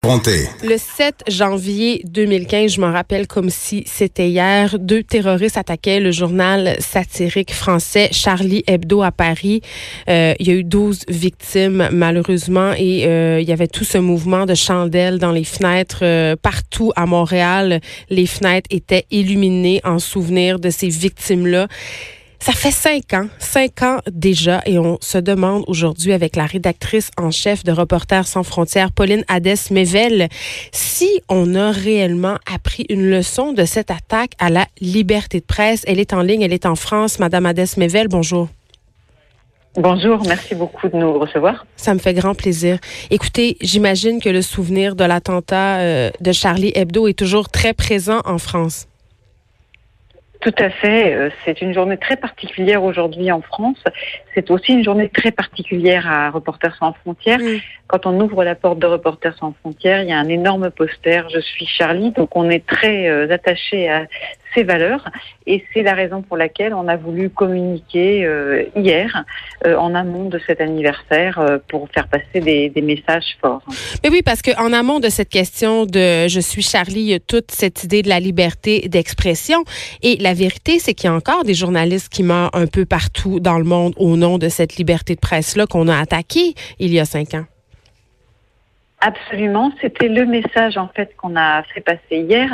Ponté. Le 7 janvier 2015, je m'en rappelle comme si c'était hier, 2 terroristes attaquaient le journal satirique français Charlie Hebdo à Paris. Il y a eu 12 victimes malheureusement et il y avait tout ce mouvement de chandelles dans les fenêtres partout à Montréal. Les fenêtres étaient illuminées en souvenir de ces victimes-là. Ça fait 5 ans déjà, et on se demande aujourd'hui avec la rédactrice en chef de Reporters sans frontières, Pauline Hadès-Mével, si on a réellement appris une leçon de cette attaque à la liberté de presse. Elle est en ligne, elle est en France. Madame Hadès-Mével, bonjour. Bonjour, merci beaucoup de nous recevoir. Ça me fait grand plaisir. Écoutez, j'imagine que le souvenir de l'attentat de Charlie Hebdo est toujours très présent en France. Tout à fait. C'est une journée très particulière aujourd'hui en France. C'est aussi une journée très particulière à Reporters sans frontières. Quand on ouvre la porte de Reporters sans frontières, il y a un énorme poster « Je suis Charlie ». Donc on est très attaché à ces valeurs et c'est la raison pour laquelle on a voulu communiquer hier en amont de cet anniversaire pour faire passer des messages forts. Mais oui, parce qu'en amont de cette question de « Je suis Charlie », il y a toute cette idée de la liberté d'expression et la vérité, c'est qu'il y a encore des journalistes qui meurent un peu partout dans le monde au nom de cette liberté de presse-là qu'on a attaquée il y a 5 ans. Absolument, c'était le message en fait qu'on a fait passer hier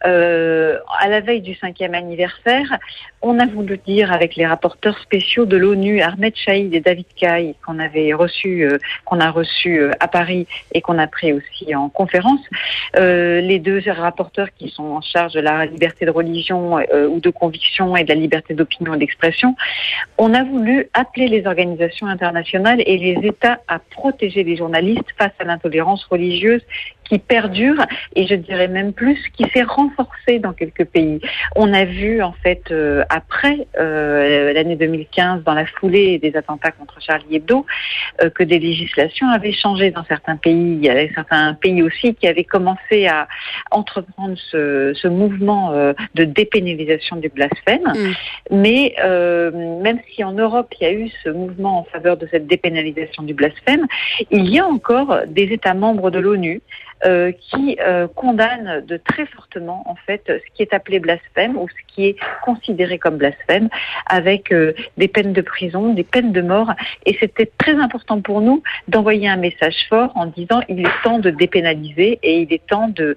à la veille du 5e anniversaire. On a voulu dire avec les rapporteurs spéciaux de l'ONU, Ahmed Chahid et David Kaye, qu'on a reçu à Paris et qu'on a pris aussi en conférence. Les 2 rapporteurs qui sont en charge de la liberté de religion ou de conviction et de la liberté d'opinion et d'expression. On a voulu appeler les organisations internationales et les États à protéger les journalistes face à l'intolérance religieuse qui perdure et je dirais même plus qui s'est renforcée dans quelques pays. On a vu en fait après l'année 2015 dans la foulée des attentats contre Charlie Hebdo que des législations avaient changé dans certains pays. Il y avait certains pays aussi qui avaient commencé à entreprendre ce mouvement de dépénalisation du blasphème. Mais même si en Europe il y a eu ce mouvement en faveur de cette dépénalisation du blasphème, il y a encore des États membres de l'ONU qui condamne de très fortement en fait ce qui est appelé blasphème ou ce qui est considéré comme blasphème avec des peines de prison, des peines de mort et c'était très important pour nous d'envoyer un message fort en disant il est temps de dépénaliser et il est temps de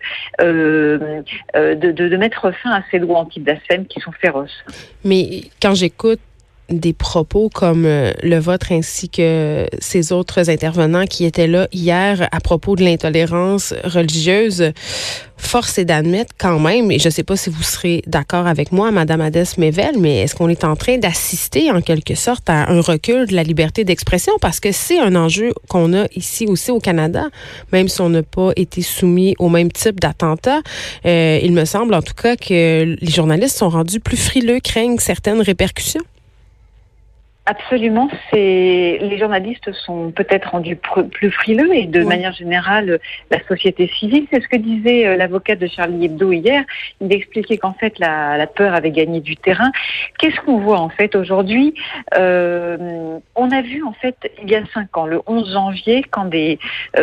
mettre fin à ces lois anti-blasphème qui sont féroces. Mais quand j'écoute des propos comme le vôtre ainsi que ces autres intervenants qui étaient là hier à propos de l'intolérance religieuse, force est d'admettre quand même, et je ne sais pas si vous serez d'accord avec moi, Madame Hadès-Mével, mais est-ce qu'on est en train d'assister en quelque sorte à un recul de la liberté d'expression? Parce que c'est un enjeu qu'on a ici aussi au Canada, même si on n'a pas été soumis au même type d'attentat. Il me semble en tout cas que les journalistes sont rendus plus frileux, craignent certaines répercussions. Absolument, les journalistes sont peut-être rendus plus frileux et de manière générale, la société civile, c'est ce que disait l'avocat de Charlie Hebdo hier. Il expliquait qu'en fait la peur avait gagné du terrain. Qu'est-ce qu'on voit en fait aujourd'hui? On a vu en fait il y a 5 ans, le 11 janvier, quand des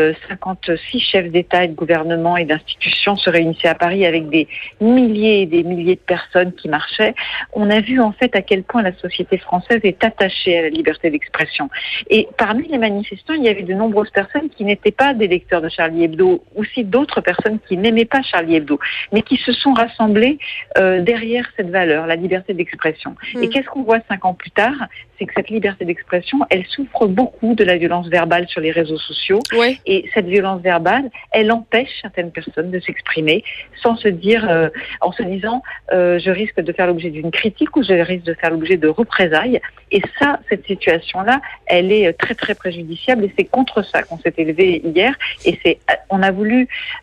56 chefs d'État et de gouvernement et d'institutions se réunissaient à Paris avec des milliers et des milliers de personnes qui marchaient. On a vu en fait à quel point la société française est attachée à la liberté d'expression. Et parmi les manifestants, il y avait de nombreuses personnes qui n'étaient pas des lecteurs de Charlie Hebdo, aussi d'autres personnes qui n'aimaient pas Charlie Hebdo, mais qui se sont rassemblées derrière cette valeur, la liberté d'expression. Et qu'est-ce qu'on voit 5 ans plus tard? C'est que cette liberté d'expression, elle souffre beaucoup de la violence verbale sur les réseaux sociaux. Et cette violence verbale, elle empêche certaines personnes de s'exprimer sans se dire, en se disant, je risque de faire l'objet d'une critique ou je risque de faire l'objet de représailles. Et ça, cette situation-là, elle est très très préjudiciable et c'est contre ça qu'on s'est élevé hier. Et on a voulu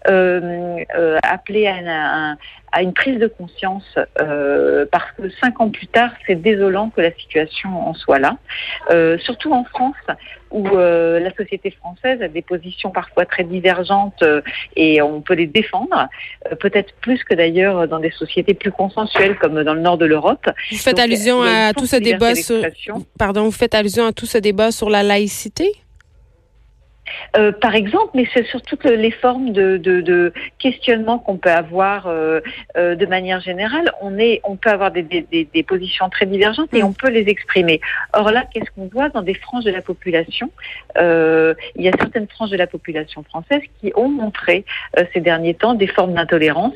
appeler à une prise de conscience parce que 5 ans plus tard, c'est désolant que la situation en soit là. Surtout en France, où la société française a des positions parfois très divergentes et on peut les défendre, peut-être plus que d'ailleurs dans des sociétés plus consensuelles comme dans le nord de l'Europe. Vous faites allusion à tout ce débat sur... Pardon, vous faites allusion à tout ce débat sur la laïcité? Par exemple, mais c'est surtout les formes de questionnement qu'on peut avoir de manière générale. On peut avoir des positions très divergentes et on peut les exprimer. Or là, qu'est-ce qu'on voit dans des franges de la population? Il y a certaines franges de la population française qui ont montré ces derniers temps des formes d'intolérance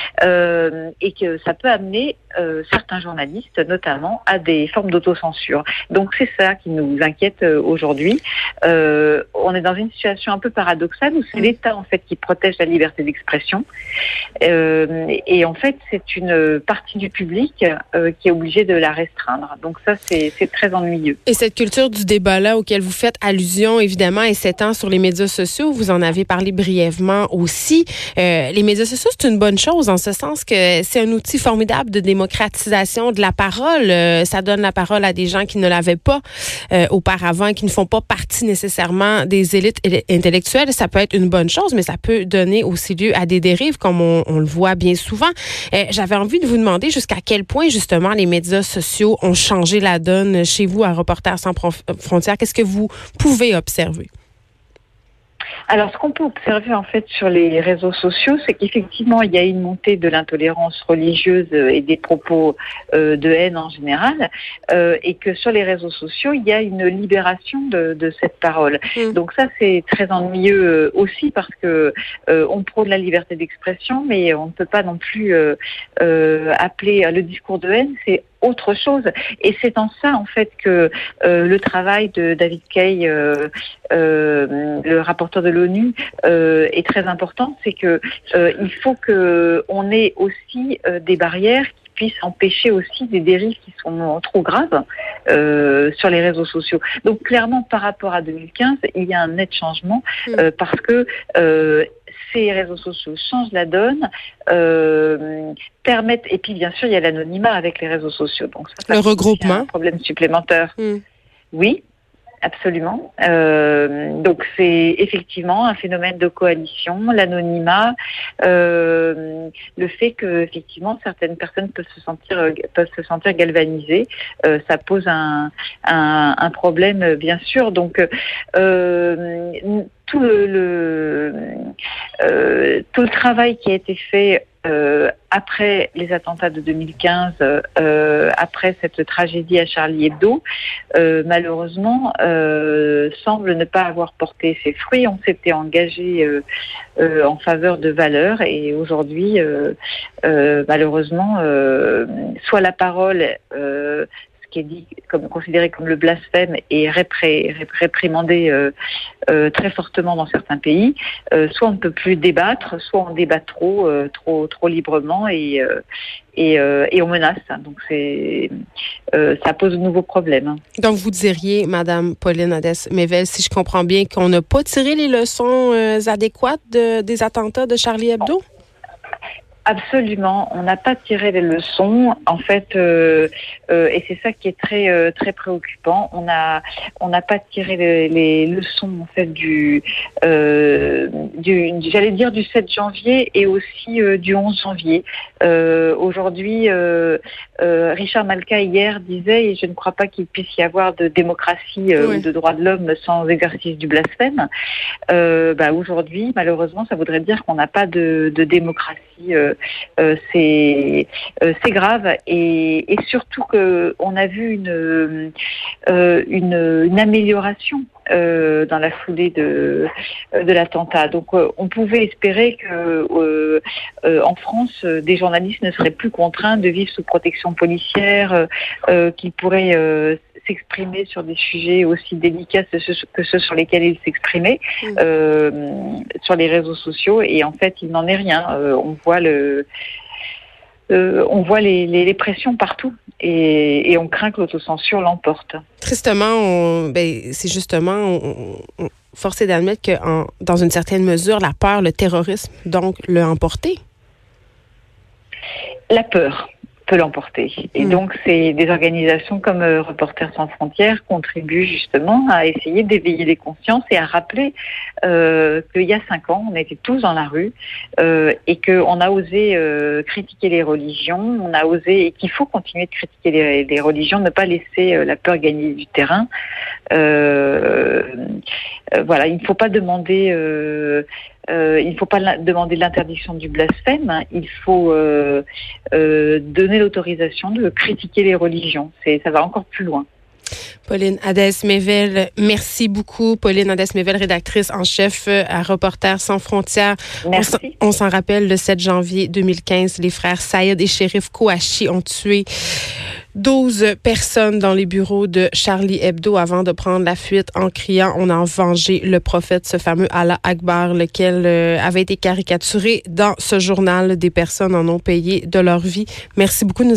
et que ça peut amener certains journalistes, notamment, à des formes d'autocensure. Donc c'est ça qui nous inquiète aujourd'hui. On est dans une situation un peu paradoxale où c'est l'État en fait qui protège la liberté d'expression et en fait c'est une partie du public qui est obligée de la restreindre. Donc ça c'est très ennuyeux. Et cette culture du débat-là auquel vous faites allusion évidemment elle s'étend sur les médias sociaux. Vous en avez parlé brièvement aussi. Les médias sociaux c'est une bonne chose en ce sens que c'est un outil formidable de démocratisation de la parole. Ça donne la parole à des gens qui ne l'avaient pas auparavant, qui ne font pas partie nécessairement des élites intellectuelles. Ça peut être une bonne chose, mais ça peut donner aussi lieu à des dérives, comme on le voit bien souvent. J'avais envie de vous demander jusqu'à quel point, justement, les médias sociaux ont changé la donne chez vous à Reporters sans frontières. Qu'est-ce que vous pouvez observer? Alors, ce qu'on peut observer en fait sur les réseaux sociaux, c'est qu'effectivement, il y a une montée de l'intolérance religieuse et des propos de haine en général, et que sur les réseaux sociaux, il y a une libération de cette parole. Donc ça, c'est très ennuyeux aussi parce que on prône la liberté d'expression, mais on ne peut pas non plus appeler le discours de haine. C'est autre chose. Et c'est en ça, en fait, que le travail de David Kaye, le rapporteur de l'ONU, est très important. C'est que il faut que on ait aussi des barrières qui puissent empêcher aussi des dérives qui sont trop graves sur les réseaux sociaux. Donc, clairement, par rapport à 2015, il y a un net changement parce que ces réseaux sociaux changent la donne, permettent, et puis bien sûr il y a l'anonymat avec les réseaux sociaux. Donc ça le regroupement, un problème supplémentaire. Oui, absolument. Donc c'est effectivement un phénomène de coalition, l'anonymat, le fait que effectivement certaines personnes peuvent se sentir galvanisées, ça pose un problème bien sûr. Donc tout le travail qui a été fait après les attentats de 2015, après cette tragédie à Charlie Hebdo, malheureusement, semble ne pas avoir porté ses fruits. On s'était engagé en faveur de valeurs et aujourd'hui, malheureusement, soit la parole qui est dit considéré comme le blasphème et réprimandé très fortement dans certains pays, soit on ne peut plus débattre, soit on débat trop librement et on menace. Donc ça pose de nouveaux problèmes. Donc vous diriez, Madame Pauline Hadès-Mével, si je comprends bien, qu'on n'a pas tiré les leçons adéquates des attentats de Charlie Hebdo? Absolument, on n'a pas tiré les leçons en fait, et c'est ça qui est très préoccupant. On n'a pas tiré les leçons en fait j'allais dire du 7 janvier et aussi du 11 janvier. Aujourd'hui, Richard Malka hier disait, et je ne crois pas qu'il puisse y avoir de démocratie ou de droits de l'homme sans exercice du blasphème. Aujourd'hui, malheureusement, ça voudrait dire qu'on n'a pas de démocratie. C'est grave et surtout que on a vu une amélioration dans la foulée de l'attentat. Donc on pouvait espérer que en France des journalistes ne seraient plus contraints de vivre sous protection policière, qu'ils pourraient s'exprimer sur des sujets aussi délicats que ceux sur lesquels ils s'exprimaient sur les réseaux sociaux, et en fait il n'en est rien. On voit les pressions partout et on craint que l'autocensure l'emporte. Tristement, c'est justement force est d'admettre que dans une certaine mesure la peur, le terrorisme donc l'a emporté. La peur. peut l'emporter. Et donc, c'est des organisations comme Reporters sans frontières contribuent justement à essayer d'éveiller les consciences et à rappeler qu'il y a 5 ans, on était tous dans la rue et qu'on a osé critiquer les religions, on a osé, et qu'il faut continuer de critiquer les religions, ne pas laisser la peur gagner du terrain. Voilà, il ne faut pas demander l'interdiction du blasphème. Il faut donner l'autorisation de critiquer les religions. Ça va encore plus loin. Pauline Hadès-Mével, merci beaucoup. Pauline Hadès-Mével, rédactrice en chef à Reporters sans frontières. Merci. On s'en rappelle, le 7 janvier 2015, les frères Saïd et Chérif Kouachi ont tué 12 personnes dans les bureaux de Charlie Hebdo avant de prendre la fuite en criant « On a vengé le prophète », ce fameux Allah Akbar, lequel avait été caricaturé dans ce journal. Des personnes en ont payé de leur vie. Merci beaucoup.